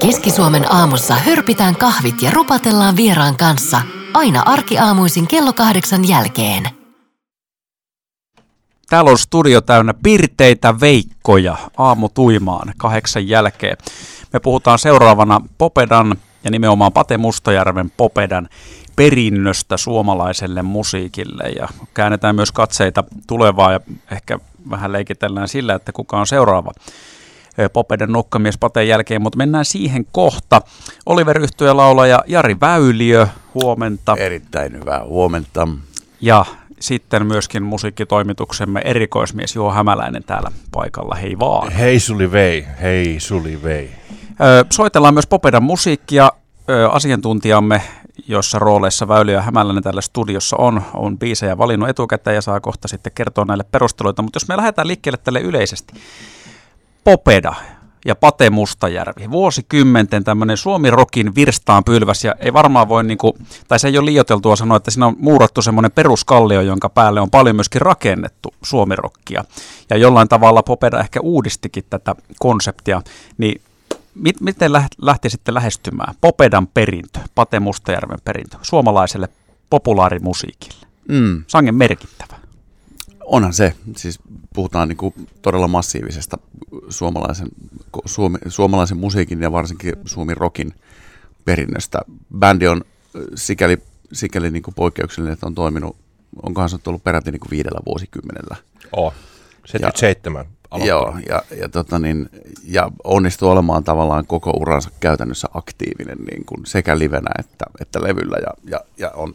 Keski-Suomen aamussa hörpitään kahvit ja rupatellaan vieraan kanssa. Aina arkiaamuisin kello 8 jälkeen. Täällä on studio täynnä pirteitä veikkoja aamutuimaan 8 jälkeen. Me puhutaan seuraavana Popedan ja nimenomaan Pate Mustajärven Popedan perinnöstä suomalaiselle musiikille. Ja käännetään myös katseita tulevaa ja ehkä vähän leikitellään sillä, että kuka on seuraava Popedan nokkamies Paten jälkeen, mutta mennään siihen kohta. Oliver Yhtyeen laulaja Jari Väyliö, huomenta. Erittäin hyvää huomenta. Ja sitten myöskin musiikkitoimituksemme erikoismies Juho Hämäläinen täällä paikalla. Hei vaan. Hei suli vei, hei suli vei. Soitellaan myös Popedan musiikkia. Asiantuntijamme, jossa rooleissa Väyliö ja Hämäläinen täällä studiossa on biisejä valinnut etukäteen ja saa kohta sitten kertoa näille perusteluita. Mutta jos me lähdetään liikkeelle tälle yleisesti. Popeda ja Pate Mustajärvi. Vuosikymmenten tämmöinen Suomi-rokin virstaanpylväs, ja ei varmaan voi, tai se ei ole liioiteltua sanoa, että siinä on muurattu semmoinen peruskallio, jonka päälle on paljon myöskin rakennettu Suomi-rokkia. Ja jollain tavalla Popeda ehkä uudistikin tätä konseptia. Niin miten lähti sitten lähestymään Popedan perintö, Pate Mustajärven perintö, suomalaiselle populaarimusiikille? Sangen merkittävä. Onhan se. Siis puhutaan todella massiivisesta suomalaisen musiikin ja varsinkin Suomi-rokin perinnöstä. Bändi on sikäli poikkeuksellinen, että on toiminut, onkohan se ollut peräti 5 vuosikymmenellä. 77 aloittaa. Joo, ja onnistuu olemaan tavallaan koko uransa käytännössä aktiivinen sekä livenä että levyllä ja on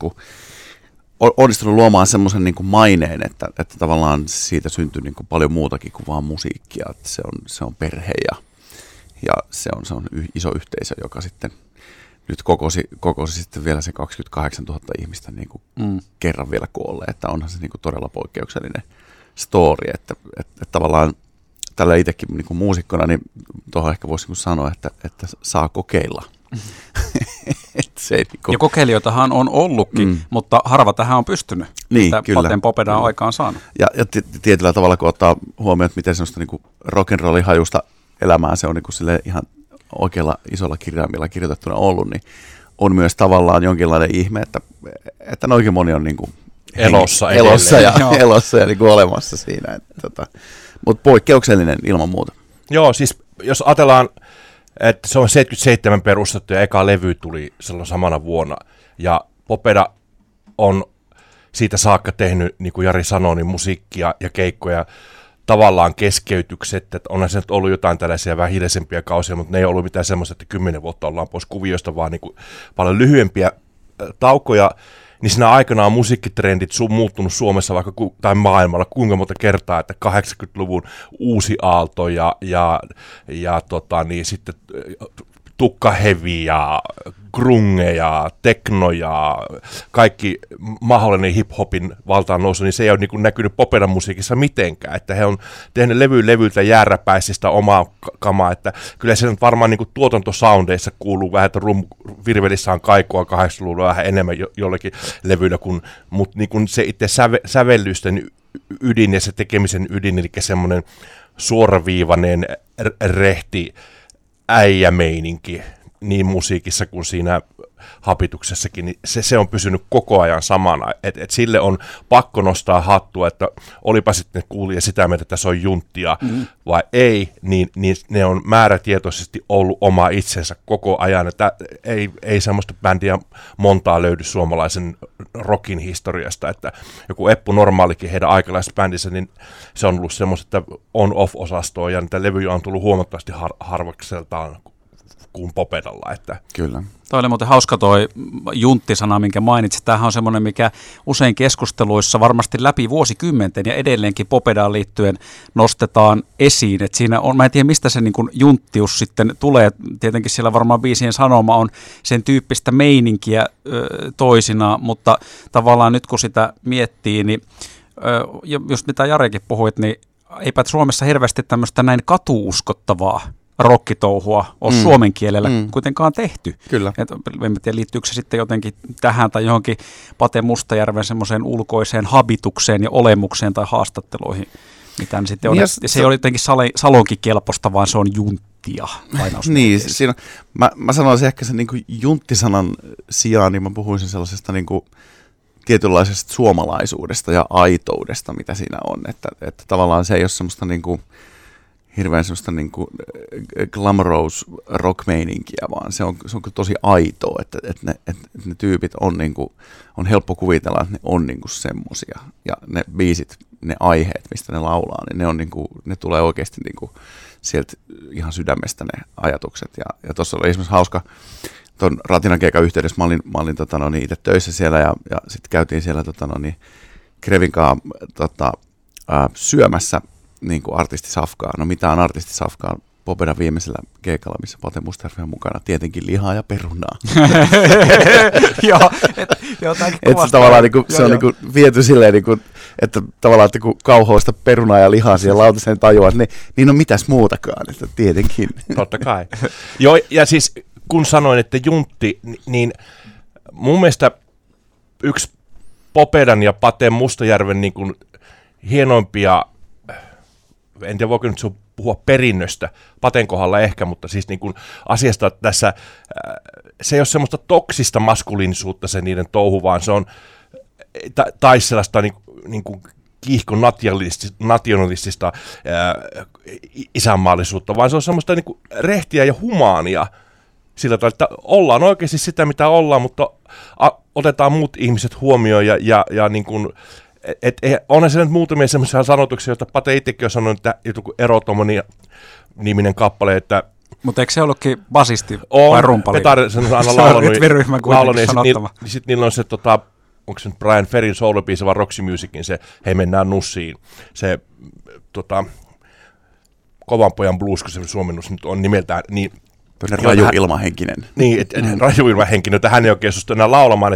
onnistunut luomaan semmoisen maineen, että tavallaan siitä syntyy paljon muutakin kuin vaan musiikkia. Että se on perhe ja se on iso yhteisö, joka sitten nyt kokosi sitten vielä se 28 000 ihmistä kerran vielä koolle. Että onhan se todella poikkeuksellinen story, että tavallaan tällä itsekin muusikkona, niin tuohon ehkä voisi sanoa, että saa kokeilla. Ja kokeilijoitahan on ollutkin, mutta harva tähän on pystynyt, että Paten Popeda on aikaan saanut. Ja tietyllä tavalla, kun ottaa huomioon, että miten semmoista rock'n'rollin hajusta elämää se on sille ihan oikealla isolla kirjaimilla kirjoitettuna ollut, niin on myös tavallaan jonkinlainen ihme, että oikein moni on elossa ja olemassa siinä. Mutta poikkeuksellinen ilman muuta. Joo, siis jos ajatellaan, että se on 77 perustettu ja eka levy tuli silloin samana vuonna. Ja Popeda on siitä saakka tehnyt, niin kuin Jari sanoi, niin musiikkia ja keikkoja tavallaan keskeytykset. Että onhan se nyt ollut jotain tällaisia vähän hiljaisempiä kausia, mutta ne ei ollut mitään semmoista, että 10 vuotta ollaan pois kuviosta, vaan niin kuin paljon lyhyempiä taukoja. Niin siinä aikana on musiikkitrendit muuttunut Suomessa tai maailmalla kuinka monta kertaa, että 80-luvun uusi aalto ja sitten tukkahevi ja grunge ja tekno ja kaikki mahdollinen hip-hopin valtaan nousu, niin se ei ole näkynyt Popedan musiikissa mitenkään, että he on tehnyt levyltä jääräpäisistä omaa kamaa, että kyllä se nyt varmaan tuotantosoundeissa kuuluu vähän, että virvelissä on kaikua 80-luvulla vähän enemmän jollekin levyillä, mutta se itse sävellysten ydin ja se tekemisen ydin, eli semmoinen suoraviivainen rehti äijämeininki niin musiikissa kuin siinä hapituksessakin, niin se on pysynyt koko ajan samana. Et sille on pakko nostaa hattua, että olipa sitten kuulija sitä mieltä, että se on junttia vai ei, niin ne on määrätietoisesti ollut oma itsensä koko ajan. Että ei semmoista bändiä montaa löydy suomalaisen rockin historiasta, että joku Eppu Normaalikin heidän aikalaisessa bändissä, niin se on ollut semmoista on-off-osastoa ja niitä levyjä on tullut huomattavasti harvakseltaan kuin Popedalla. Että. Kyllä. Toi oli muuten hauska toi junttisana, minkä mainitsit. Tämähän on semmoinen, mikä usein keskusteluissa varmasti läpi vuosikymmenten ja edelleenkin Popedaan liittyen nostetaan esiin. Et siinä on, mä en tiedä mistä se junttius sitten tulee. Tietenkin siellä varmaan biisien sanoma on sen tyyppistä meininkiä toisinaan, mutta tavallaan nyt kun sitä miettii, niin just mitä Jarekin puhuit, niin eipä Suomessa hirveästi tämmöistä näin katuuskottavaa rokkitouhua ole suomen kielellä kuitenkaan tehty. Kyllä. En tiedä, liittyykö se sitten jotenkin tähän tai johonkin Pate Mustajärven semmoiseen ulkoiseen habitukseen ja olemukseen tai haastatteluihin, mitä sitten on. Ja se ei ole jotenkin salonkikelpoista, vaan se on juntti. junttia. Niin, siinä, mä sanoisin ehkä sen niin kuin junttisanan sijaan, niin mä puhuisin sellaisesta niin kuin tietynlaisesta suomalaisuudesta ja aitoudesta, mitä siinä on. Että tavallaan se ei ole semmoista niin kuin hirveän semmoista niin kuin glamorous rock-meininkiä, vaan se on tosi aitoa, että ne tyypit on, niin kuin, on helppo kuvitella, että ne on niin kuin semmosia. Ja ne biisit, ne aiheet, mistä ne laulaa, niin ne, on niin kuin, ne tulee oikeasti niin kuin sieltä ihan sydämestä ne ajatukset. Ja tuossa oli esimerkiksi hauska, tuon Ratinan keikan yhteydessä mä olin itse töissä siellä ja sitten käytiin siellä Krevin kanssa syömässä niin kuin artistisafkaa. No mitä on artistisafkaa? Popedan viimeisellä keikalla, missä Pate Mustajärvi on mukana. Tietenkin lihaa ja perunaa. Joo, tavallaan niinku, se on niinku viety silleen, niinku, että tavallaan että kun kauhoista perunaa ja lihaa siihen lautaseen tajuaa, että niin no mitäs muutakaan, että tietenkin. Totta kai. Joo, ja siis kun sanoin, että juntti, niin mun mielestä yksi Popedan ja Pate Mustajärven niin kuin hienoimpia, en tiedä voiko nyt puhua perinnöstä, Paten kohdalla ehkä, mutta siis niin kuin asiasta tässä, se ei ole semmoista toksista maskuliinisuutta se niiden touhu, vaan se on tai sellaista niin kuin kiihkon nationalistista isänmaallisuutta, vaan se on semmoista niin kuin rehtiä ja humaania sillä tavalla, että ollaan oikeasti sitä, mitä ollaan, mutta otetaan muut ihmiset huomioon ja niin kuin onhan se nyt muutamia semmoisia sanotuksia, joita Pate itsekin on sanonut, että joku Erotomoni-niminen kappale, että mutta eikö se ollutkin basisti vai rumpali? Petar sen on aina laulanut, ja sitten niillä on se, onko se nyt Brian Ferryn soul-biisi, vaan Roxy Musicin, se Hei mennään nussiin, se Kovan pojan blues, kun se suomennus nyt on nimeltään, niin Raju Ilmahenkinen. Niin, Raju Ilmahenkinen, että hän ei oikein suostu enää laulamaan.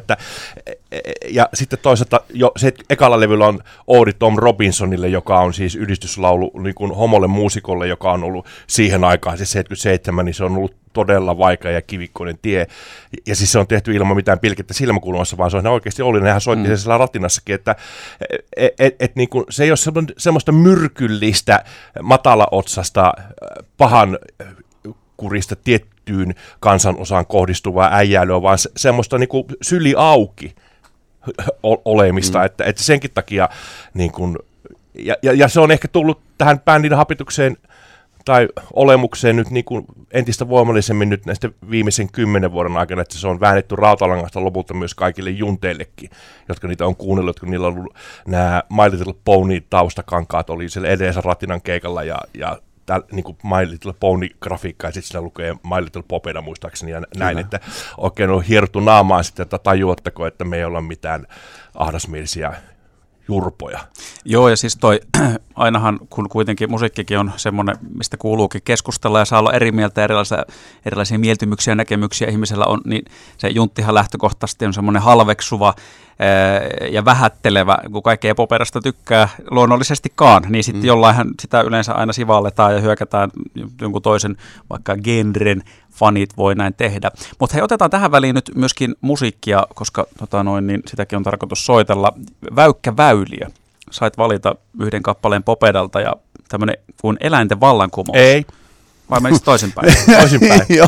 Ja sitten toisaalta jo se ekalla levyllä on Oodi Tom Robinsonille, joka on siis yhdistyslaulu niin kuin homolle muusikolle, joka on ollut siihen aikaan, siis 77, niin se on ollut todella vaikea ja kivikkoinen tie. Ja siis se on tehty ilman mitään pilkettä silmäkulmassa, vaan se on oikeasti ollut. Nehän soitti sen siellä Ratinassakin, että niin kuin, se ei ole semmoista myrkyllistä, matalaotsasta, pahan kurista tiettyyn kansanosaan kohdistuvaa äijäilyä, vaan semmoista niin kuin syli auki olemista, että senkin takia niin kuin, ja se on ehkä tullut tähän bändin hapitukseen tai olemukseen nyt niin kuin entistä voimallisemmin nyt näistä viimeisen 10 vuoden aikana, että se on väännetty rautalangasta lopulta myös kaikille junteillekin, jotka niitä on kuunnellut, jotka niillä on ollut nämä My Little Pony taustakankaat oli siellä edessä Ratinan keikalla ja niin kuin My Little Pony-grafiikka, ja sitten siinä lukee My Little Popeda muistaakseni, ja näin, että oikein on hierottu naamaan sitten, että tajuatteko, että me ei olla mitään ahdasmielisiä jurpoja. Joo, ja siis ainahan, kun kuitenkin musiikkikin on semmoinen, mistä kuuluukin keskustella ja saa olla eri mieltä, erilaisia mieltymyksiä ja näkemyksiä ihmisellä on, niin se junttihan lähtökohtaisesti on semmoinen halveksuva ja vähättelevä, kun kaikkea Popedasta tykkää luonnollisestikaan, niin sitten jollainhan sitä yleensä aina sivalletaan ja hyökätään jonkun toisen, vaikka genren fanit voi näin tehdä. Mutta hei, otetaan tähän väliin nyt myöskin musiikkia, koska niin sitäkin on tarkoitus soitella. Väykkäväyliö. Sait valita yhden kappaleen Popedalta ja tämmöinen kuin Eläinten vallankumous. Ei. Vai menisit toisinpäin? Toisinpäin. Joo.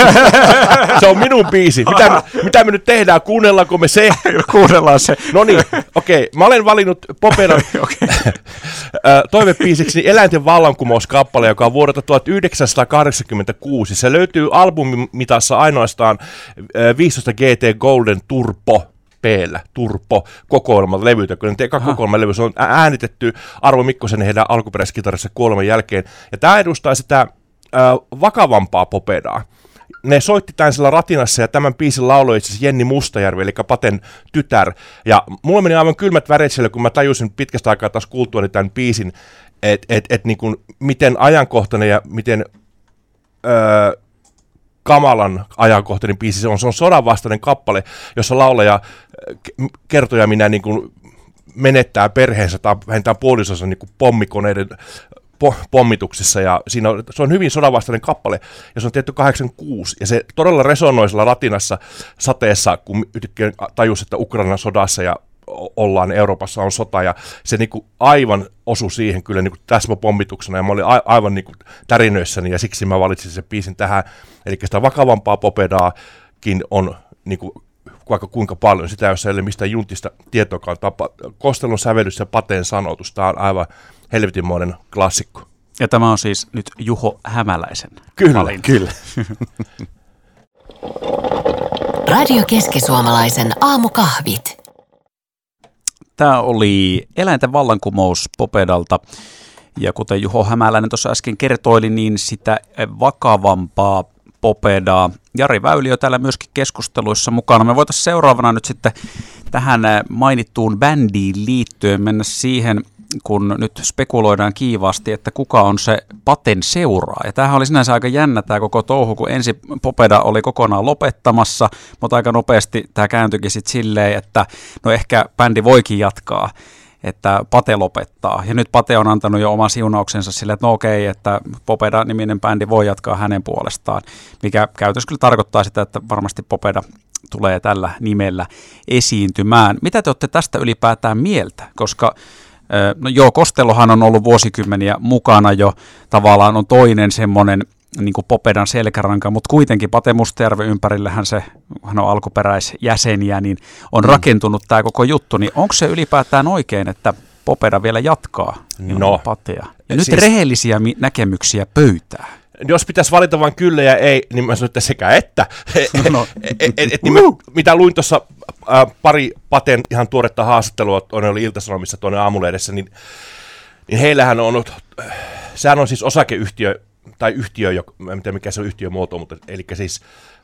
Se on minun biisi. Mitä me nyt tehdään? Kuunnellaanko me se? Kuunnellaan se. No niin, okei. Mä olen valinnut Popedan toivebiisiksi Eläinten vallankumous-kappale, joka on vuodelta 1986. Se löytyy albumimitassa ainoastaan 15 GT Golden Turbo. Turpo kokoelman levytä, kun ne kokoelman se on äänitetty Arvo Mikkosen heidän alkuperäiskitarissa kuoleman jälkeen. Ja tämä edustaa sitä vakavampaa Popedaa. Ne soitti tämän sillä Ratinassa ja tämän biisin lauloi itse asiassa Jenni Mustajärvi, eli Paten tytär. Ja mulla meni aivan kylmät väreet siellä, kun mä tajusin pitkästä aikaa taas kuultuani tämän biisin, että niin kuin, miten ajankohtainen ja miten kamalan ajankohtainen biisi se on. Se on sodanvastainen kappale, jossa laulaja kertoja minä niin kuin menettää perheensä tai vähintään puolisonsa niin kuin pommikoneiden pommituksessa, ja se on hyvin sodanvastainen kappale, ja se on tehty 86, ja se todella resonoi sillä Ratinassa sateessa, kun tajusi, että Ukrainan sodassa ja ollaan, Euroopassa on sota, ja se niin kuin aivan osui siihen kyllä niin kuin täsmäpommituksena, ja mä olin aivan niin kuin tärinöissäni, ja siksi mä valitsin sen biisin tähän, eli sitä vakavampaa popedaakin on niin kuin vaikka kuinka paljon, sitä jos ei ole mistään juntista tietoakaan, Kostelon sävellys ja Pateen sanotus, tämä on aivan helvetinmoinen klassikko. Ja tämä on siis nyt Juho Hämäläisen Kyllä, kyllä. Radio Keski-Suomalaisen aamukahvit. Tämä oli Eläinten vallankumous Popedalta. Ja kuten Juho Hämäläinen tuossa äsken kertoili, niin sitä vakavampaa Popedaa. Jari Väyliö täällä myöskin keskusteluissa mukana. Me voitaisiin seuraavana nyt sitten tähän mainittuun bändiin liittyen mennä siihen, kun nyt spekuloidaan kiivaasti, että kuka on se Paten seuraaja. Tämähän oli sinänsä aika jännä tämä koko touhu, kun ensin Popeda oli kokonaan lopettamassa, mutta aika nopeasti tämä kääntyikin sitten silleen, että no ehkä bändi voikin jatkaa, että Pate lopettaa. Ja nyt Pate on antanut jo oman siunauksensa sille, että no okei, että Popeda-niminen bändi voi jatkaa hänen puolestaan, mikä käytössä kyllä tarkoittaa sitä, että varmasti Popeda tulee tällä nimellä esiintymään. Mitä te olette tästä ylipäätään mieltä? Koska no joo, Kostelohan on ollut vuosikymmeniä mukana jo, tavallaan on toinen semmoinen niin kuin Popedan selkäranka, mutta kuitenkin Pate Mustajärven ympärillähän hän on alkuperäisjäseniä, niin on rakentunut tämä koko juttu, niin onko se ylipäätään oikein, että Popeda vielä jatkaa Patea? Ja nyt siis rehellisiä näkemyksiä pöytää. Jos pitäisi valita vain kyllä ja ei, niin mä sanon, että sekä että. Mitä luin tuossa pari Paten ihan tuoretta haastattelua, oli Ilta-Sanomissa tuonne Aamulehdessä, niin heillähän on ollut, sehän on siis osakeyhtiö, tai yhtiö, en tiedä mikä se on yhtiömuoto, mutta eli siis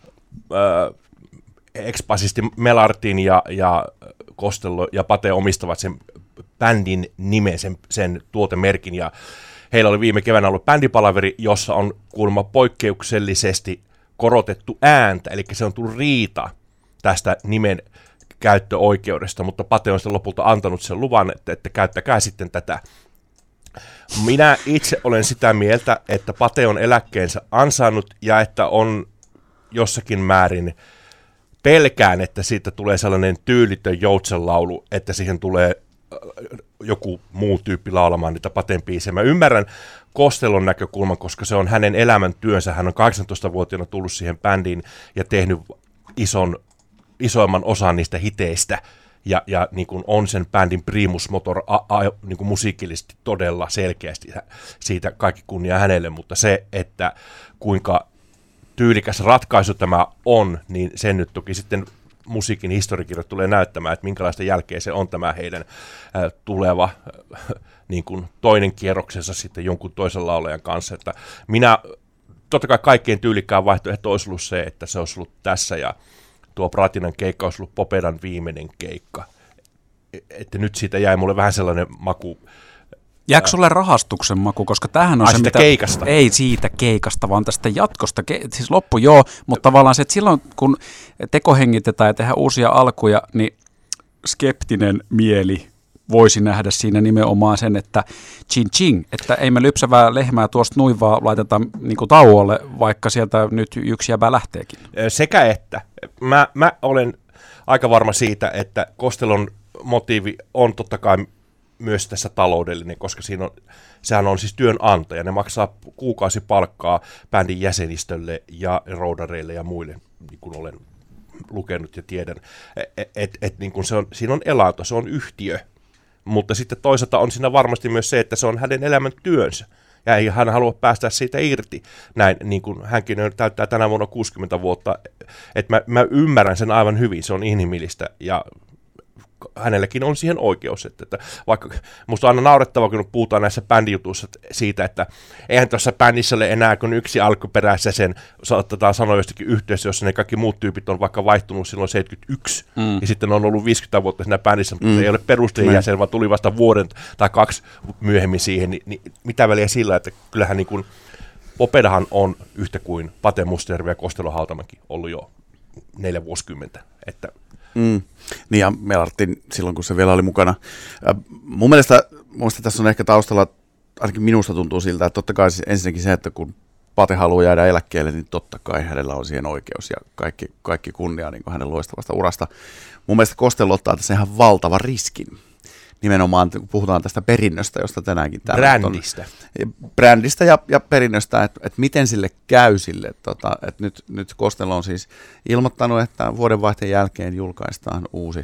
ex-basisti Melartin ja Costello ja Pate omistavat sen bändin nimen, sen tuotemerkin, ja heillä oli viime keväänä ollut bändipalaveri, jossa on kuulemma poikkeuksellisesti korotettu ääntä, eli se on tullut riita tästä nimen käyttöoikeudesta, mutta Pate on sitten lopulta antanut sen luvan, että käyttäkää sitten tätä. Minä itse olen sitä mieltä, että Pate on eläkkeensä ansainnut ja että on jossakin määrin pelkään, että siitä tulee sellainen tyylitön joutsenlaulu, että siihen tulee joku muu tyyppi laulamaan niitä Paten biisejä. Mä ymmärrän Kostelon näkökulman, koska se on hänen elämäntyönsä. Hän on 18-vuotiaana tullut siihen bändiin ja tehnyt isoimman osan niistä hiteistä. Ja niin kuin on sen bändin primus motor niin kuin musiikillisesti todella selkeästi, siitä kaikki kunnia hänelle, mutta se, että kuinka tyylikäs ratkaisu tämä on, niin sen nyt toki sitten musiikin historiakirjat tulee näyttämään, että minkälaista jälkeä se on tämä heidän tuleva niin kuin toinen kierroksensa sitten jonkun toisen laulajan kanssa. Että totta kai kaikkein tyylikkään vaihtoehto olisi ollut se, että se olisi ollut tässä ja tuo Pratinan keikka olisi ollut Popedan viimeinen keikka. Että nyt siitä jäi mulle vähän sellainen maku. Jääkö sulle rahastuksen maku, koska tämähän on se, mitä keikasta. Ei siitä keikasta, vaan tästä jatkosta. Siis loppu joo, mutta tavallaan se, että silloin kun tekohengitetään ja tehdään uusia alkuja, niin skeptinen mieli voisi nähdä siinä nimenomaan sen, että ching, että ei me lypsävää lehmää tuosta nuin vaan laitetaan niin kuin tauolle, vaikka sieltä nyt yksi jäbä lähteekin. Sekä että. Mä olen aika varma siitä, että Kostelon motiivi on totta kai myös tässä taloudellinen, koska sehän on siis työnantaja. Ne maksaa kuukausipalkkaa bändin jäsenistölle ja roudareille ja muille, niin kuin olen lukenut ja tiedän. Niin kuin siinä on elanto, se on yhtiö. Mutta sitten toisaalta on siinä varmasti myös se, että se on hänen elämäntyönsä. Ja ei hän halua päästä siitä irti. Näin, niin kuin hänkin täyttää tänä vuonna 60 vuotta. Että mä ymmärrän sen aivan hyvin, se on inhimillistä ja hänelläkin on siihen oikeus. Että vaikka musta on aina naurettava, kun puhutaan näissä bändijutuissa siitä, että eihän tuossa bändissä ole enää kuin yksi alkuperäisessä sen, saatetaan sanoa jostakin yhteisössä, jossa ne kaikki muut tyypit on vaikka vaihtunut silloin 71, ja sitten on ollut 50 vuotta siinä bändissä, mutta ei ole perustajajäsen, vaan tuli vasta vuoden tai 2 myöhemmin siihen, niin mitä väliä sillä, että kyllähän niin kuin Popedahan on yhtä kuin Pate Mustajärvi ja Kostelo Hautamäki ollut jo 4 vuosikymmentä, että Niin ja Melartin silloin, kun se vielä oli mukana. Mun mielestä tässä on ehkä taustalla, ainakin minusta tuntuu siltä, että totta kai siis ensinnäkin se, että kun Pate haluaa jäädä eläkkeelle, niin totta kai hänellä on siihen oikeus ja kaikki kunnia niin hänen loistavasta urasta. Mun mielestä Costello ottaa tässä ihan valtavan riskin. Nimenomaan kun puhutaan tästä perinnöstä, josta tänäänkin täällä brändistä ja perinnöstä, että miten sille käy sille. Että nyt Costello on siis ilmoittanut, että vuodenvaihteen jälkeen julkaistaan uusi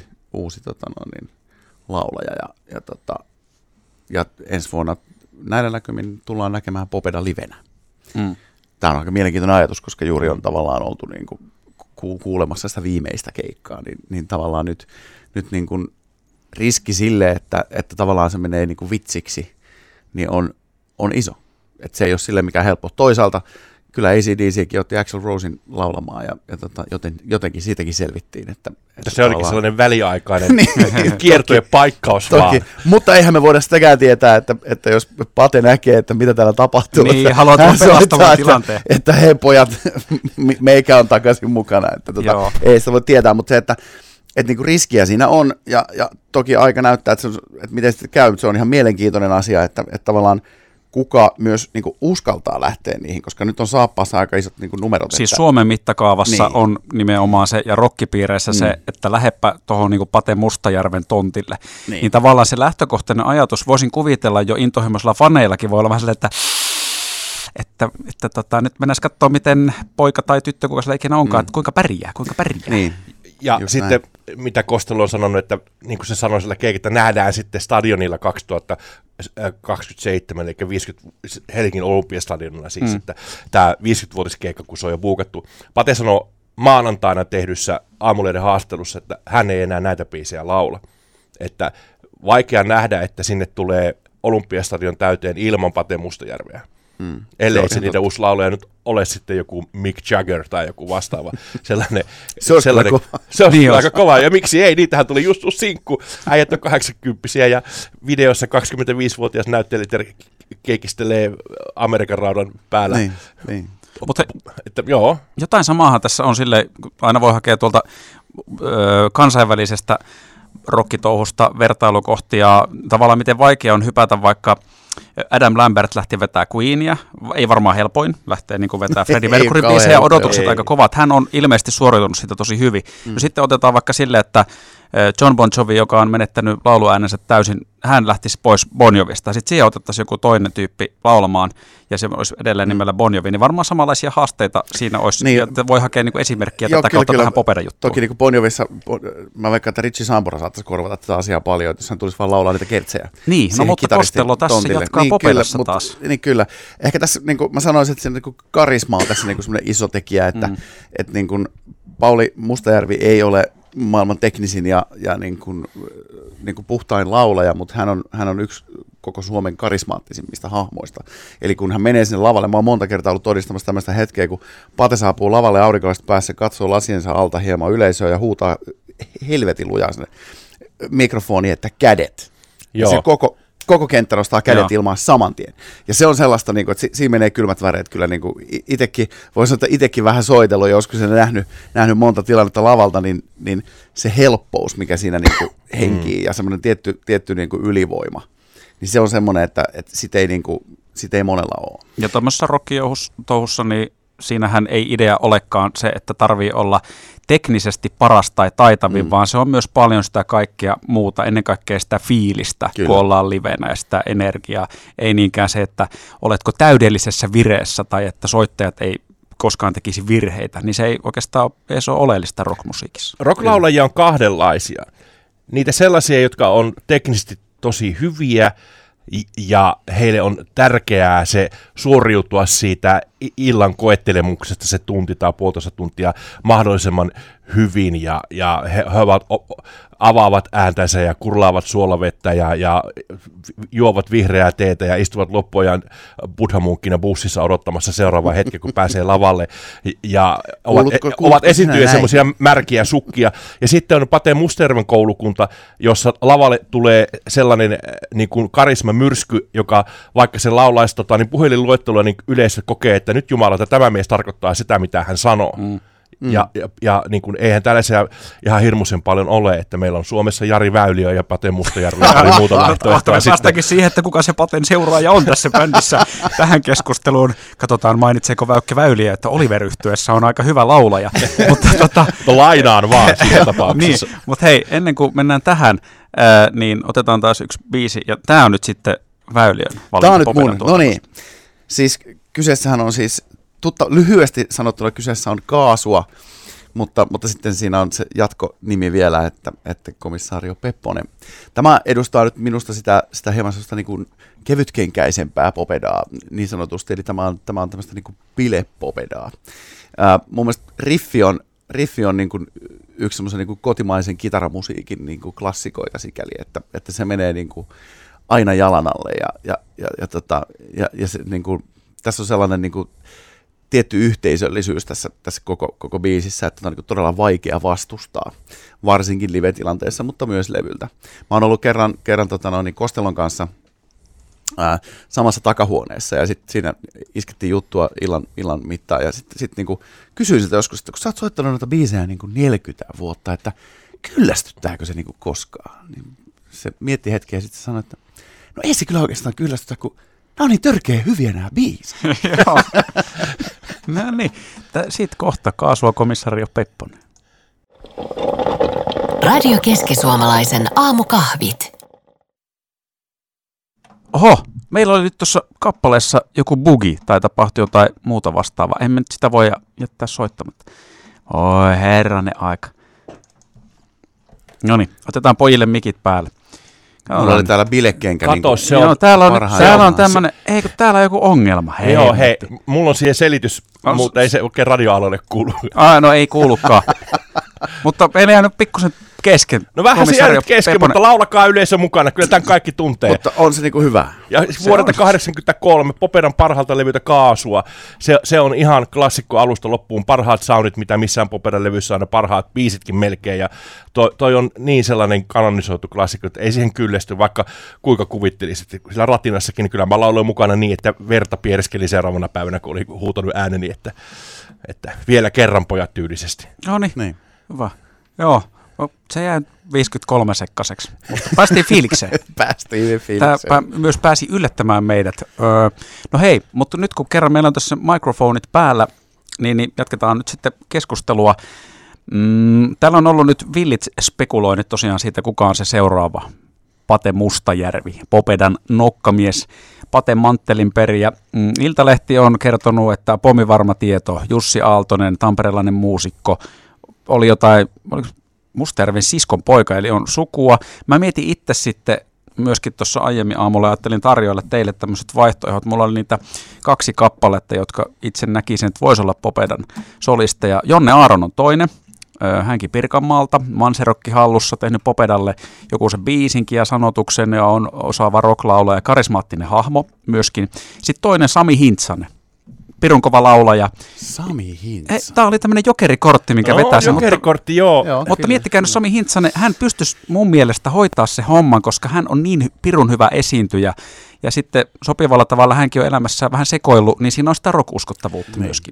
laulaja ja ensi vuonna näillä näkymin tullaan näkemään Popeda livenä. Tämä on aika mielenkiintoinen ajatus, koska juuri on tavallaan oltu niin kuin kuulemassa sitä viimeistä keikkaa, niin tavallaan nyt niin kuin riski sille, että tavallaan se menee niin kuin vitsiksi, niin on iso. Että se ei ole sille mikään helppo. Toisaalta kyllä AC/DCkin otti Axl Rosen laulamaan ja jotenkin siitäkin selvittiin. Että se olikin sellainen väliaikainen kiertojen paikkaus toki, vaan. Mutta eihän me voida sitäkään tietää, että jos Pate näkee, että mitä täällä tapahtuu. Niin, haluat vaan pelastamaan tilanteen. Että hei pojat, meikä on takaisin mukana. Että ei sitä voi tietää, mutta se, että niin kuin riskiä siinä on ja toki aika näyttää, että miten sitten käy, mutta se on ihan mielenkiintoinen asia, että tavallaan kuka myös niin kuin uskaltaa lähteä niihin, koska nyt on saappaassa aika isot niin kuin numerot. Siis Suomen mittakaavassa niin on nimenomaan se, ja rokkipiireissä se, että läheppä tuohon niin kuin Pate Mustajärven tontille. Niin tavallaan se lähtökohtainen ajatus, voisin kuvitella jo intohimoisilla faneillakin, voi olla vähän sellainen, että nyt mennään katsoa, miten poika tai tyttö, kuka sillä ikinä onkaan, että kuinka pärjää. Niin. Ja just sitten, mitä Costello on sanonut, että niin kuin se sanoi sillä keikillä, nähdään sitten stadionilla 2027, eli 50 Helsingin Olympiastadionilla siis, että tämä 50-vuotiskeikka, kun se on jo buukattu. Pate sanoi maanantaina tehdyssä Aamulehden haastattelussa, että hän ei enää näitä biisejä laula. Että vaikea nähdä, että sinne tulee Olympiastadion täyteen ilman Pate Mustajärveä. Ellei se niitä uusi laulaja nyt ole sitten joku Mick Jagger tai joku vastaava sellainen. Se on niin aika kova. Ja miksi ei? Niitähän tuli just sinkku. Äijät on 80-vuotiaita ja videossa 25-vuotias näyttelijät keikistelee Amerikan raudan päällä. Niin. Mutta joo. Jotain samaahan tässä on sille, aina voi hakea tuolta kansainvälisestä rockitouhusta vertailukohtia. Tavallaan miten vaikea on hypätä vaikka Adam Lambert lähti vetää Queenia, ei varmaan helpoin, lähtee niin kuin vetää Freddie Mercuryn biisejä ja odotukset aika kovat. Hän on ilmeisesti suoriutunut siitä tosi hyvin. No sitten otetaan vaikka sille, että John Bon Jovi, joka on menettänyt lauluäänensä täysin, hän lähtisi pois Bon Jovista. Sitten siihen otettaisiin joku toinen tyyppi laulamaan, ja se olisi edelleen nimellä Bon Jovi. Niin varmaan samanlaisia haasteita siinä olisi, niin, ja voi hakea niin kuin esimerkkiä tätä kautta tähän Popeda-juttuun. Toki niin kuin Bon Jovissa, mä vaikka, että Richie Sambora saattaisi korvata tätä asiaa paljon, että jos hän tulisi vaan laulaa niitä kertsejä. Niin, no mutta Costello tässä jatkaa Popedassa taas. Niin kyllä. Ehkä tässä, niin kuin mä sanoisin, että se niin kuin karisma on tässä niin kuin semmoinen iso tekijä, että niin kuin Pauli Mustajärvi ei ole maailman teknisin ja niin kuin puhtain laulaja, mutta hän on yksi koko Suomen karismaattisimmista hahmoista. Eli kun hän menee sinne lavalle, mä oon monta kertaa ollut todistamassa tämmöistä hetkeä, kun Pate saapuu lavalle aurinkolaiset päässä, katsoo lasiensa alta hieman yleisöä ja huutaa helvetin lujaa sinne mikrofoniin, että kädet. Ja se koko kenttä nostaa kädet ilmaan saman tien. Ja se on sellaista, niin kuin, että siinä menee kylmät väreet kyllä. Niin itsekin, voisi sanoa, että itsekin vähän soitellut, joskus sen nähnyt monta tilannetta lavalta, niin se helppous, mikä siinä niin kuin henkii ja semmoinen tietty niin kuin ylivoima, niin se on semmoinen, että sitä ei monella ole. Ja tuommoisessa rock-touhussa, niin siinähän ei idea olekaan se, että tarvii olla teknisesti paras tai taitavin, vaan se on myös paljon sitä kaikkea muuta, ennen kaikkea sitä fiilistä, kyllä, kun ollaan livenä ja sitä energiaa. Ei niinkään se, että oletko täydellisessä vireessä tai että soittajat ei koskaan tekisi virheitä, niin se ei oikeastaan edes ole oleellista rockmusiikissa. Rocklaulajia on kahdenlaisia. Niitä sellaisia, jotka on teknisesti tosi hyviä, ja heille on tärkeää se suoriutua siitä illan koettelemuksesta se tunti tai puolitoista tuntia mahdollisimman hyvin, ja he avaavat ääntänsä ja kurlaavat suolavettä ja juovat vihreää teetä ja istuvat loppuajan buddhamunkkina bussissa odottamassa seuraavaa hetkeä, kun pääsee lavalle, ja ovat esiintyjä semmoisia märkiä sukkia. Ja sitten on Pate Mustajärven koulukunta, jossa lavalle tulee sellainen niin kuin karismamyrsky, joka vaikka se laulaisi niin puhelinluettelua, niin yleisö kokee, että nyt jumalauta, tämä mies tarkoittaa sitä, mitä hän sanoo. Ja niin kuin, eihän tällaisia ihan hirmuisen paljon ole, että meillä on Suomessa Jari Väyliö ja Pate Mustajärvi ja pari muuta vaihtoehtoa. Päästäänkin siihen, että kuka se Paten seuraaja on tässä bändissä tähän keskusteluun. Katsotaan, mainitseeko Väykkä Väyliä, että Oliver-yhtyeessä on aika hyvä laulaja. Mutta lainaan vaan siinä tapauksessa. Niin, mutta hei, ennen kuin mennään tähän, niin otetaan taas yksi biisi, ja tämä on nyt sitten Väyliön valinta. Tämä on nyt mun, no niin. Siis kyseessähän on siis, lyhyesti sanottuna kyseessä on Kaasua, mutta sitten siinä on se jatkonimi vielä, että Komissaario Pepponen. Tämä edustaa nyt minusta sitä hieman sellaista niin kuin kevytkenkäisempää popedaa, niin sanotusti, eli tämä on tämmöistä niin kuin bilepopedaa. Mun mielestä riffi on niin kuin yksi semmoisen niin kuin kotimaisen kitaramusiikin niin kuin klassikoita sikäli, että se menee niin kuin aina jalan alle ja se, niin kuin, tässä on sellainen niin kuin tietty yhteisöllisyys tässä koko biisissä, että on niin kuin todella vaikea vastustaa, varsinkin live-tilanteessa, mutta myös levyltä. Mä oon ollut kerran Kostelon kanssa samassa takahuoneessa ja sitten siinä iskettiin juttua illan mittaan ja sitten niinku kysyin sitä joskus, että kun sä oot soittanut noita biisejä niinku 40 vuotta, että kyllästyttääkö se niinku koskaan? Niin se mietti hetken ja sitten sanoi, että no ei se kyllä oikeastaan kyllästytä, kun nämä on niin törkeä hyviä nämä biisit. Joo. No niin, siitä kohta Kaasua Komissaario Pepponen. Radio Keski-Suomalaisen aamukahvit. Oho, meillä oli nyt tuossa kappaleessa joku bugi tai tapahtui jotain muuta vastaavaa. Emme nyt sitä voi jättää soittamatta. Oi herranen aika. Noniin, otetaan pojille mikit päälle. Mulla oli täällä bilekenkä. Kato, se on. Joo, täällä on tämmönen, eikö täällä on joku ongelma? Joo, hei, mulla on siihen selitys, mutta ei se oikein radioaloille kuulu. No ei kuulukaan. Mutta meillä jäänyt pikkusen kesken. No vähän se jäänyt kesken, mutta laulakaa yleisö mukana, kyllä tämän kaikki tuntee. Mutta on se niinku hyvä. Ja vuodelta 1983 Popedan parhaalta levyltä Kaasua. Se on ihan klassikko alusta loppuun. Parhaat soundit, mitä missään Popedan levyssä on, ne parhaat biisitkin melkein. Ja toi on niin sellainen kanonisoitu klassikko, että ei siihen kyllästy, vaikka kuinka kuvittelisit. Sillä ratinassakin kyllä mä lauloin mukana niin, että verta piereskeli seuraavana päivänä, kun oli huutanut ääneni, että vielä kerran pojat tyylisesti. No niin, hyvä. Joo. Se jäi 53 sekkaseksi, mutta päästiin fiilikseen. Tämä myös pääsi yllättämään meidät. No hei, mutta nyt kun kerran meillä on tässä mikrofonit päällä, niin jatketaan nyt sitten keskustelua. Täällä on ollut nyt villit spekuloinnit tosiaan siitä, kuka on se seuraava Pate Mustajärvi, Popedan nokkamies, Pate Manttelin perijä. Iltalehti on kertonut, että pommivarma tieto, Jussi Aaltonen, tamperelainen muusikko, oli jotain, oliko Mustajärven siskon poika, eli on sukua. Mä mietin itse sitten myöskin tuossa aiemmin aamulla, ajattelin tarjoilla teille tämmöiset vaihtoehdot. Mulla oli niitä 2 kappaletta, jotka itse näkisin, että voisi olla Popedan solisteja. Jonne Aaron on toinen, hänkin Pirkanmaalta, Manserokki hallussa, tehnyt Popedalle joku sen biisinkin ja sanotuksen, ja on osaava rocklaulaja ja karismaattinen hahmo myöskin. Sitten toinen Sami Hintsanen. Pirun kova laulaja. Sami Hintsanen. Tämä oli tämmöinen jokerikortti, minkä vetää sen. Jokerikortti, joo. Mutta miettikää nyt Sami Hintsanen, hän pystyisi mun mielestä hoitaa se homman, koska hän on niin pirun hyvä esiintyjä. Ja sitten sopivalla tavalla hänkin on elämässä vähän sekoillut, niin siinä on sitä rock-uskottavuutta myöskin.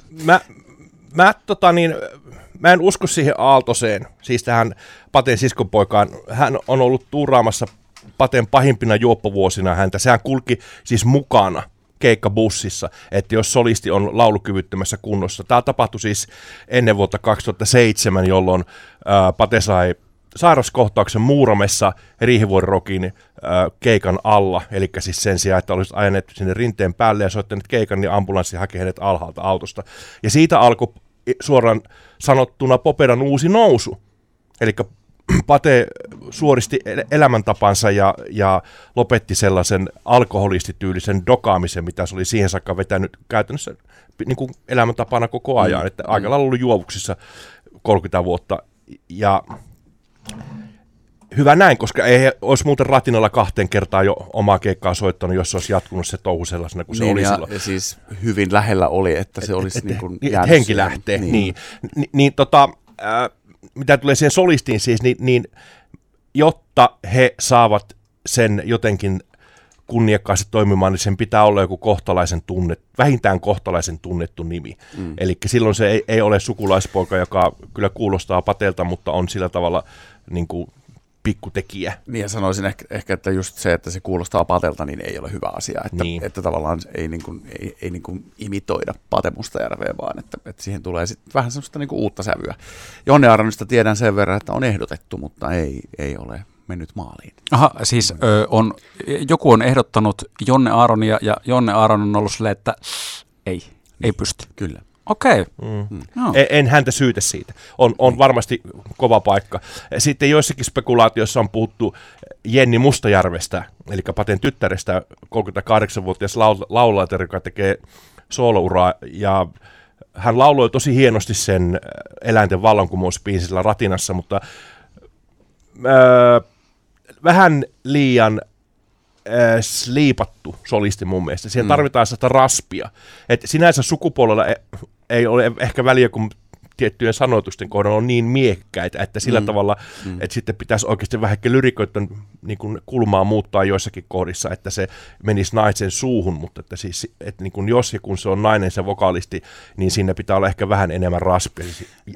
Mä en usko siihen Aaltoseen, siis tähän Paten siskonpoikaan. Hän on ollut tuuraamassa Paten pahimpina juoppovuosina häntä. Sehän kulki siis mukana keikkabussissa, että jos solisti on laulukyvyttömässä kunnossa. Tämä tapahtui siis ennen vuotta 2007, jolloin Pate sai sairaskohtauksen Muuramessa Riihivuoren Rockin keikan alla, eli siis sen sijaan, että olisit ajaneet sinne rinteen päälle ja soittaneet keikan, niin ambulanssi haki hänet alhaalta autosta. Ja siitä alkoi suoraan sanottuna Popedan uusi nousu, eli Pate suoristi elämäntapansa ja lopetti sellaisen alkoholistityylisen dokaamisen, mitä se oli siihen saakka vetänyt käytännössä niin kuin elämäntapana koko ajan, että aika lailla ollut juovuksissa 30 vuotta. Ja hyvä näin, koska ei olisi muuten ratinalla 2 kertaa jo omaa keikkaa soittanut, jos se olisi jatkunut se touhu sellaisena kuin se oli silloin. Ja siis hyvin lähellä oli, että se olisi niin kuin jäänyt. Henki lähtee, niin. Mitä tulee siihen solistiin siis, niin jotta he saavat sen jotenkin kunniakkaasti toimimaan, niin sen pitää olla joku vähintään kohtalaisen tunnettu nimi. Eli silloin se ei ole sukulaispoika, joka kyllä kuulostaa Patelta, mutta on sillä tavalla niin kuin pikkutekijä. Niin ja sanoisin ehkä, että just se, että se kuulostaa Patelta, niin ei ole hyvä asia. Että tavallaan ei niin kuin imitoida Pate Mustajärveä, vaan että siihen tulee sitten vähän semmoista niin kuin uutta sävyä. Jonne Aronista tiedän sen verran, että on ehdotettu, mutta ei ole mennyt maaliin. Aha, siis joku on ehdottanut Jonne Aronia ja Jonne Aron on ollut silleen, että ei pysty. Kyllä. Okei. No. En häntä syytä siitä. On varmasti kova paikka. Sitten joissakin spekulaatioissa on puhuttu Jenni Mustajärvestä, eli Paten tyttärestä, 38-vuotias laulaja, joka tekee soolouraa, ja hän lauloi tosi hienosti sen Eläinten vallankumousbiisillä Ratinassa, mutta vähän liian sliipattu solisti mun mielestä. Siihen tarvitaan sitä raspia. Et sinänsä sukupuolella ei ole ehkä väliä, kun tiettyjen sanoitusten kohdalla on niin miekkäitä, että sillä tavalla, että sitten pitäisi oikeasti vähän lyrikoiden niin kuin kulmaa muuttaa joissakin kohdissa, että se menisi naisen suuhun, mutta että siis, että niin kuin jos ja kun se on nainen se vokaalisti, niin siinä pitää olla ehkä vähän enemmän raspia.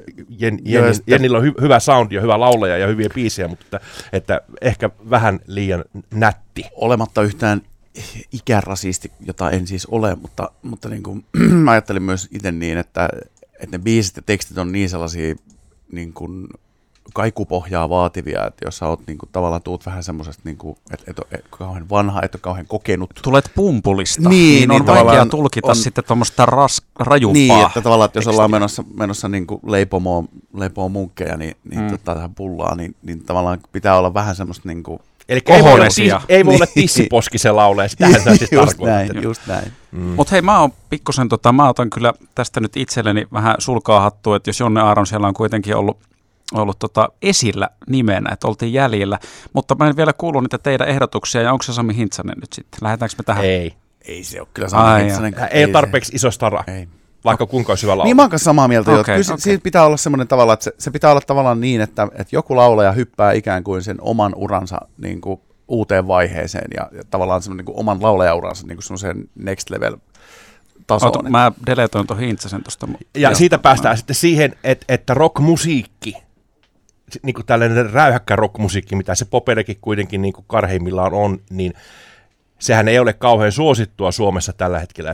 Jennillä on hyvä soundi ja hyvä laulaja ja hyviä biisejä, mutta että ehkä vähän liian nätti. Olematta yhtään ikärasisti, jota en siis ole, mutta niin kuin, mä ajattelin myös itse niin, että ne biisit ja tekstit on niin sellaisia niin kuin kaikupohjaa vaativia, että jos sä oot niin kuin, tavallaan tuut vähän semmoisesta, niin kuin, että et ole kauhean vanha, et ole kauhean kokenut. Tulet pumpulista, niin on vaikea tulkita sitten tuommoista rajumpaa. Niin, että tavallaan, että jos ollaan menossa niin kuin leipoon munkkeja niin tähän pullaan, niin tavallaan pitää olla vähän semmoista niin kuin eli ei voi olla tissiposki se laulee, sitähän sä siis tarkoittaa. Just näin. Mutta hei, mä otan kyllä tästä nyt itselleni vähän sulkaa hattua, että jos Jonne Aron siellä on kuitenkin ollut esillä nimenä, että oltiin jäljellä, mutta mä en vielä kuullut niitä teidän ehdotuksia, ja onko se Sami Hintsanen nyt sitten? Lähdetäänkö me tähän? Ei se ole kyllä Sami Hintsanen. Ei ole tarpeeksi iso stara. Ei. Vaikka kuinka olisi hyvä laulaja. Niin mä oon kanssa samaa mieltä, siitä pitää olla semmoinen tavalla, että se pitää olla tavallaan niin, että joku laulaja hyppää ikään kuin sen oman uransa niin kuin uuteen vaiheeseen ja tavallaan semmoinen niin kuin oman laulajauransa niin kuin semmoiseen next level tasoon. Mä deletoin tuon Hintsasen tuosta. Ja siitä päästään sitten siihen, että rockmusiikki, niin kuin tällainen räyhäkkä rockmusiikki, mitä se Popedekin kuitenkin niin kuin karheimmillaan on, niin sehän ei ole kauhean suosittua Suomessa tällä hetkellä,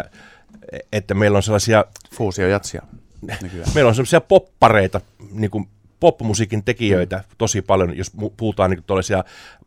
että meillä on sellaisia fuusiojatsia nykyään. Meillä on sellaisia poppareita, niin kuin popmusiikin tekijöitä tosi paljon, jos puhutaan niin kuin tuollaisia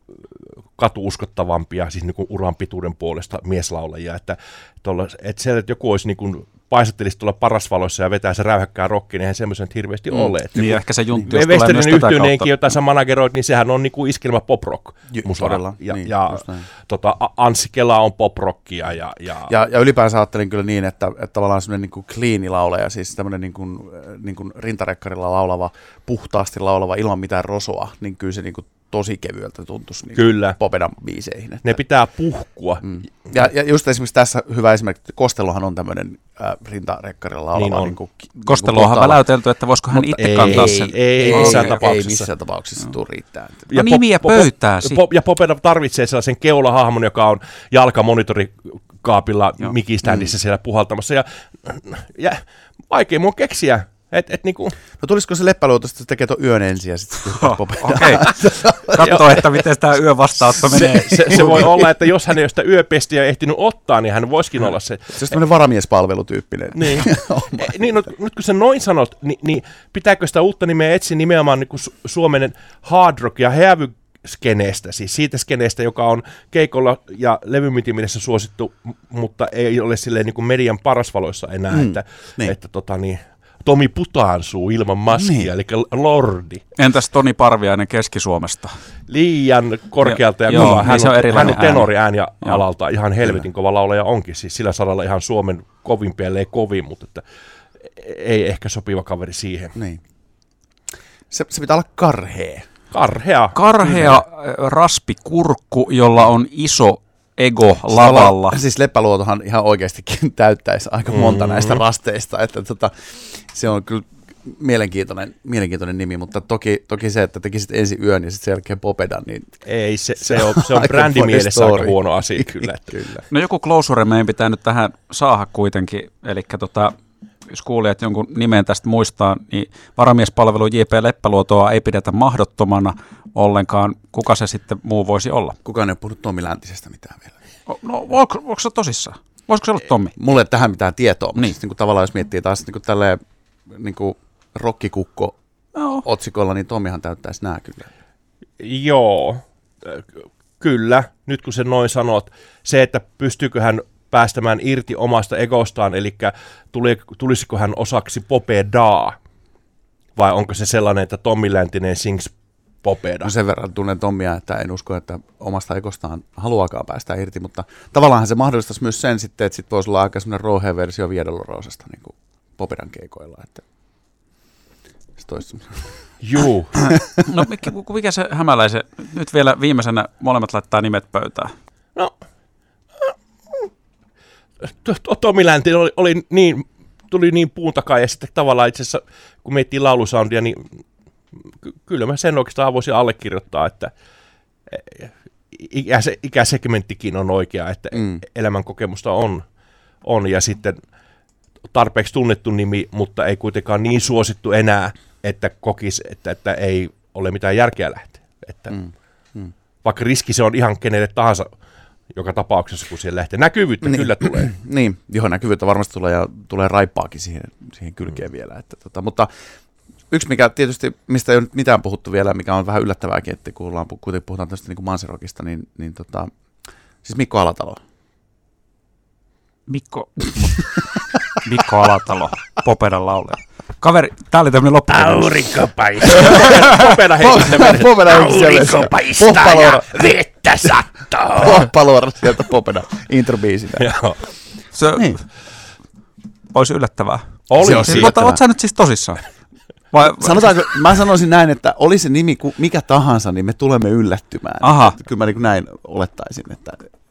katuuskottavampia, siis niin kuin uran pituuden puolesta mieslaulajia, että siellä että joku olisi niin kuin paisattelisi tuolla Parasvaloissa ja vetää se räyhäkkää rockia, niin eihän semmoisen hirveästi ole. Niin ehkä se junttius tulee myös tätä kautta. Jota sä manageroit, niin sehän on niinku iskelmä pop-rock musara. Ja Anssi Kela on pop-rockia. Ja ylipäänsä ajattelin kyllä niin, että tavallaan semmoinen niinku cleani laulaja, siis tämmöinen niinku rintarekkarilla laulava, puhtaasti laulava ilman mitään rosoa, niin kyllä se niinku tosi kevyeltä tuntuisi niin Popedan biiseihin. Että ne pitää puhkua. Ja just esimerkiksi tässä hyvä esimerkki, Kostelohan on tämmöinen rintarekkarilla laulava. Niin Kostelohan väläytelty, että voisiko hän itse kantaa sen. Ei missään tapauksessa tule riittää. Ja nimiä pöytää sitten. Ja Popeda tarvitsee sellaisen keulahahmon, joka on jalkamonitorikaapilla mikiständissä siellä puhaltamassa. Ja vaikea mun keksiä. Niinku. No tulisiko se Leppäluotosta, että se tekee tuon yön ensin ja sitten Okei. Katso, että miten tämä yön vastaanotto menee. Se voi olla, että jos hän ei ole sitä yöpestiä ehtinyt ottaa, niin hän voisikin olla se. Se on tämmöinen varamiespalvelutyyppinen. Niin. Niin, nyt kun sä noin sanot, niin pitääkö sitä uutta nimeä etsiä nimenomaan niin kuin Suomen hard rock ja heavy skeneestä, siis siitä skeneestä, joka on keikolla ja levymytimidessä suosittu, mutta ei ole silleen niin kuin median parasvaloissa enää, että Tomi Putaansuu ilman maskia, eli Lordi. Entäs Toni Parviainen Keski-Suomesta? Liian korkealta ja kova. Hän on tenori ääni alalta, ihan helvetin kova laulaja onkin, siis sillä saralla ihan Suomen kovimpia, ellei kovin, mutta että ei ehkä sopiva kaveri siihen. Niin. Se pitää olla karhea. Karhea raspikurkku, jolla on iso ego lavalla. Siis Leppäluotohan ihan oikeastikin täyttäisi aika monta näistä rasteista, että se on kyllä mielenkiintoinen nimi, mutta toki se, että tekisit ensin yön ja sitten sen jälkeen Popedan, niin... Ei, se on brändimielessä aika huono asia kyllä. Kyllä. No joku closure meidän pitää nyt tähän saada kuitenkin, eli jos kuulijat jonkun nimen tästä muistaa, niin varamiespalvelu J.P. Leppäluotoa ei pidetä mahdottomana ollenkaan. Kuka se sitten muu voisi olla? Kukaan ei ole puhunut Tommi Läntisestä mitään vielä. No onko se tosissaan? Voisiko se olla Tommi? Mulle ei tähän mitään tietoa, mutta Niin. siis, niin tavallaan jos miettii taas niin tälleen niin rokkikukko otsikolla, niin Tommihan täyttäisi nämä kyllä. Joo, kyllä. Nyt kun se noin sanot, se, että pystyykö hän päästämään irti omasta egostaan, eli tulisiko hän osaksi Popedaa, vai onko se sellainen, että Tommi Läntinen sings Popeda? No sen verran tunnen Tommia, että en usko, että omasta egostaan haluaakaan päästä irti, mutta tavallaan se mahdollistaisi myös sen sitten, että sit voisi olla aika semmoinen rouhea versio Via Dolorosasta niin kuin Popedan keikoilla, että se toisi. Juu. No mikä se Hämäläisen, nyt vielä viimeisenä molemmat laittaa nimet pöytään. No, Tommi Läntinen tuli niin puun takaa, ja sitten tavallaan itse asiassa, kun miettii laulusoundia, niin kyllä mä sen oikeastaan voisin allekirjoittaa, että ikäsegmenttikin on oikea, että elämän kokemusta on, ja sitten tarpeeksi tunnettu nimi, mutta ei kuitenkaan niin suosittu enää, että kokisi, että ei ole mitään järkeä lähteä. Että vaikka riski se on ihan kenelle tahansa joka tapauksessa, kun siihen lähtee. Näkyvyyttä kyllä tulee. Niin, johon näkyvyyttä varmasti tulee ja tulee raippaakin siihen kylkeen vielä. Että, mutta yksi, mikä tietysti, mistä ei ole nyt mitään puhuttu vielä, mikä on vähän yllättävääkin, että kun kuitenkin puhutaan tästä niin kuin Manserokista, niin siis Mikko Alatalo. Mikko Alatalo, Popedan laulaja. Kaveri, tää oli tämmönen loppukevennys. Aurinko paistaa. Popeda Aurinko paistaa ja vettä sattuu. Pohpaluora sieltä Popeda introbiisitä. Joo. Se Niin. olisi yllättävää. Oli Se on siitä. Mutta oot sä nyt siis tosissaan? Sanotaanko, mä sanoisin näin, että oli se nimi mikä tahansa, niin me tulemme yllättymään. Aha. Että kyllä mä niin näin olettaisin, että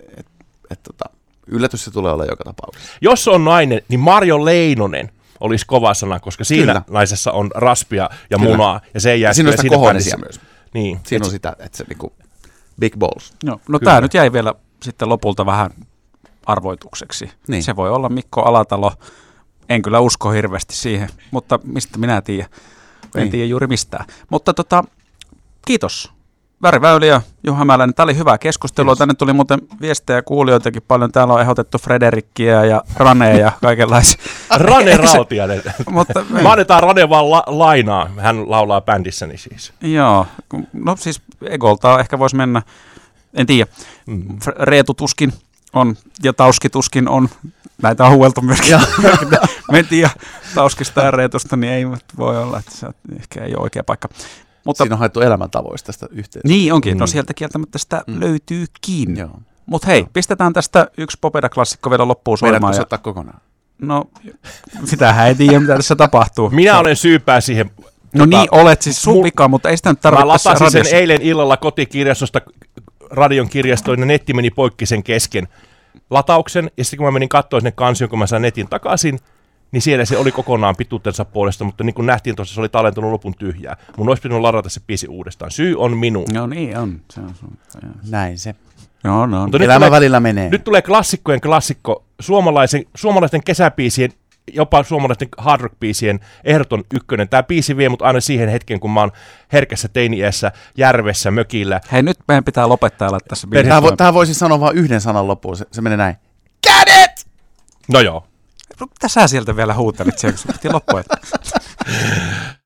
yllätys se tulee olla joka tapauksessa. Jos on nainen, niin Marjo Leinonen olisi kova sana, koska siinä Kyllä. naisessa on raspia ja Kyllä. munaa, ja se ei jää Ja siinä on sitä kohonesia välissä. myös. Niin. Siinä on sitä, että se niinku big balls. No tää nyt jäi vielä sitten lopulta vähän arvoitukseksi. Niin. Se voi olla Mikko Alatalo. En kyllä usko hirveästi siihen, mutta mistä minä tiedän? En Niin. tiedä juuri mistään. Mutta kiitos. Väri Väyliö, Juha Hämäläinen. Tämä oli hyvää keskustelua. Kiitos. Tänne tuli muuten viestejä kuulijoitakin paljon. Täällä on ehdotettu Frederikkiä ja Ranea ja kaikenlaisia. Rane Rautiainen. Mutta Mä annetaan Rane vaan lainaa. Hän laulaa bändissäni siis. joo, no siis Egolta ehkä voisi mennä. En tiedä. Reetu tuskin on ja Tauski tuskin on. Näitä on huueltu myöskin. Me en tiedä Tauskista ja Reetusta, niin ei voi olla, että se ehkä ei ole oikea paikka. Mutta Siinä on haettu elämäntavoista tästä yhteydestä. niin onkin, no sieltä kieltämättä sitä löytyykin. Joo. Mutta hei, pistetään tästä yksi Popeda-klassikko vielä loppuun Meidätkö soimaan. se ottaa kokonaan? No, sitähän ei tiedä, mitä tässä tapahtuu. Minä olen syypää siihen. No niin, olet siis sun vika, mutta ei sitä nyt Mä tarvitse tässä latasin sen radiossa. eilen illalla kotikirjastosta radion kirjastoon, ja netti meni poikki sen kesken latauksen, ja sitten kun mä menin katsoa sinne kansion, kun mä sain netin takaisin, niin siellä se oli kokonaan pituutensa puolesta, mutta niin kuin nähtiin tuossa, se oli tallentunut lopun tyhjää. Mun olisi pitänyt ladata se biisi uudestaan. Syy on minun. No niin on. Se on sun. Näin se. Joo, no. Mutta nyt Elämä tulee- välillä menee. Nyt tulee klassikkojen klassikko, suomalaisten kesäbiisien, jopa suomalaisten hard rock-biisien ehdoton ykkönen. Tämä biisi vie mut aina siihen hetkeen, kun mä oon herkässä teini-iässä järvessä, mökillä. Hei, nyt meidän pitää lopettaa ja laittaa se biisi. Tähän voisi sanoa vain yhden sanan loppuun. Se menee näin. Kädet! No joo. Mitä sä sieltä vielä huutelit siellä, kun sun piti loppua?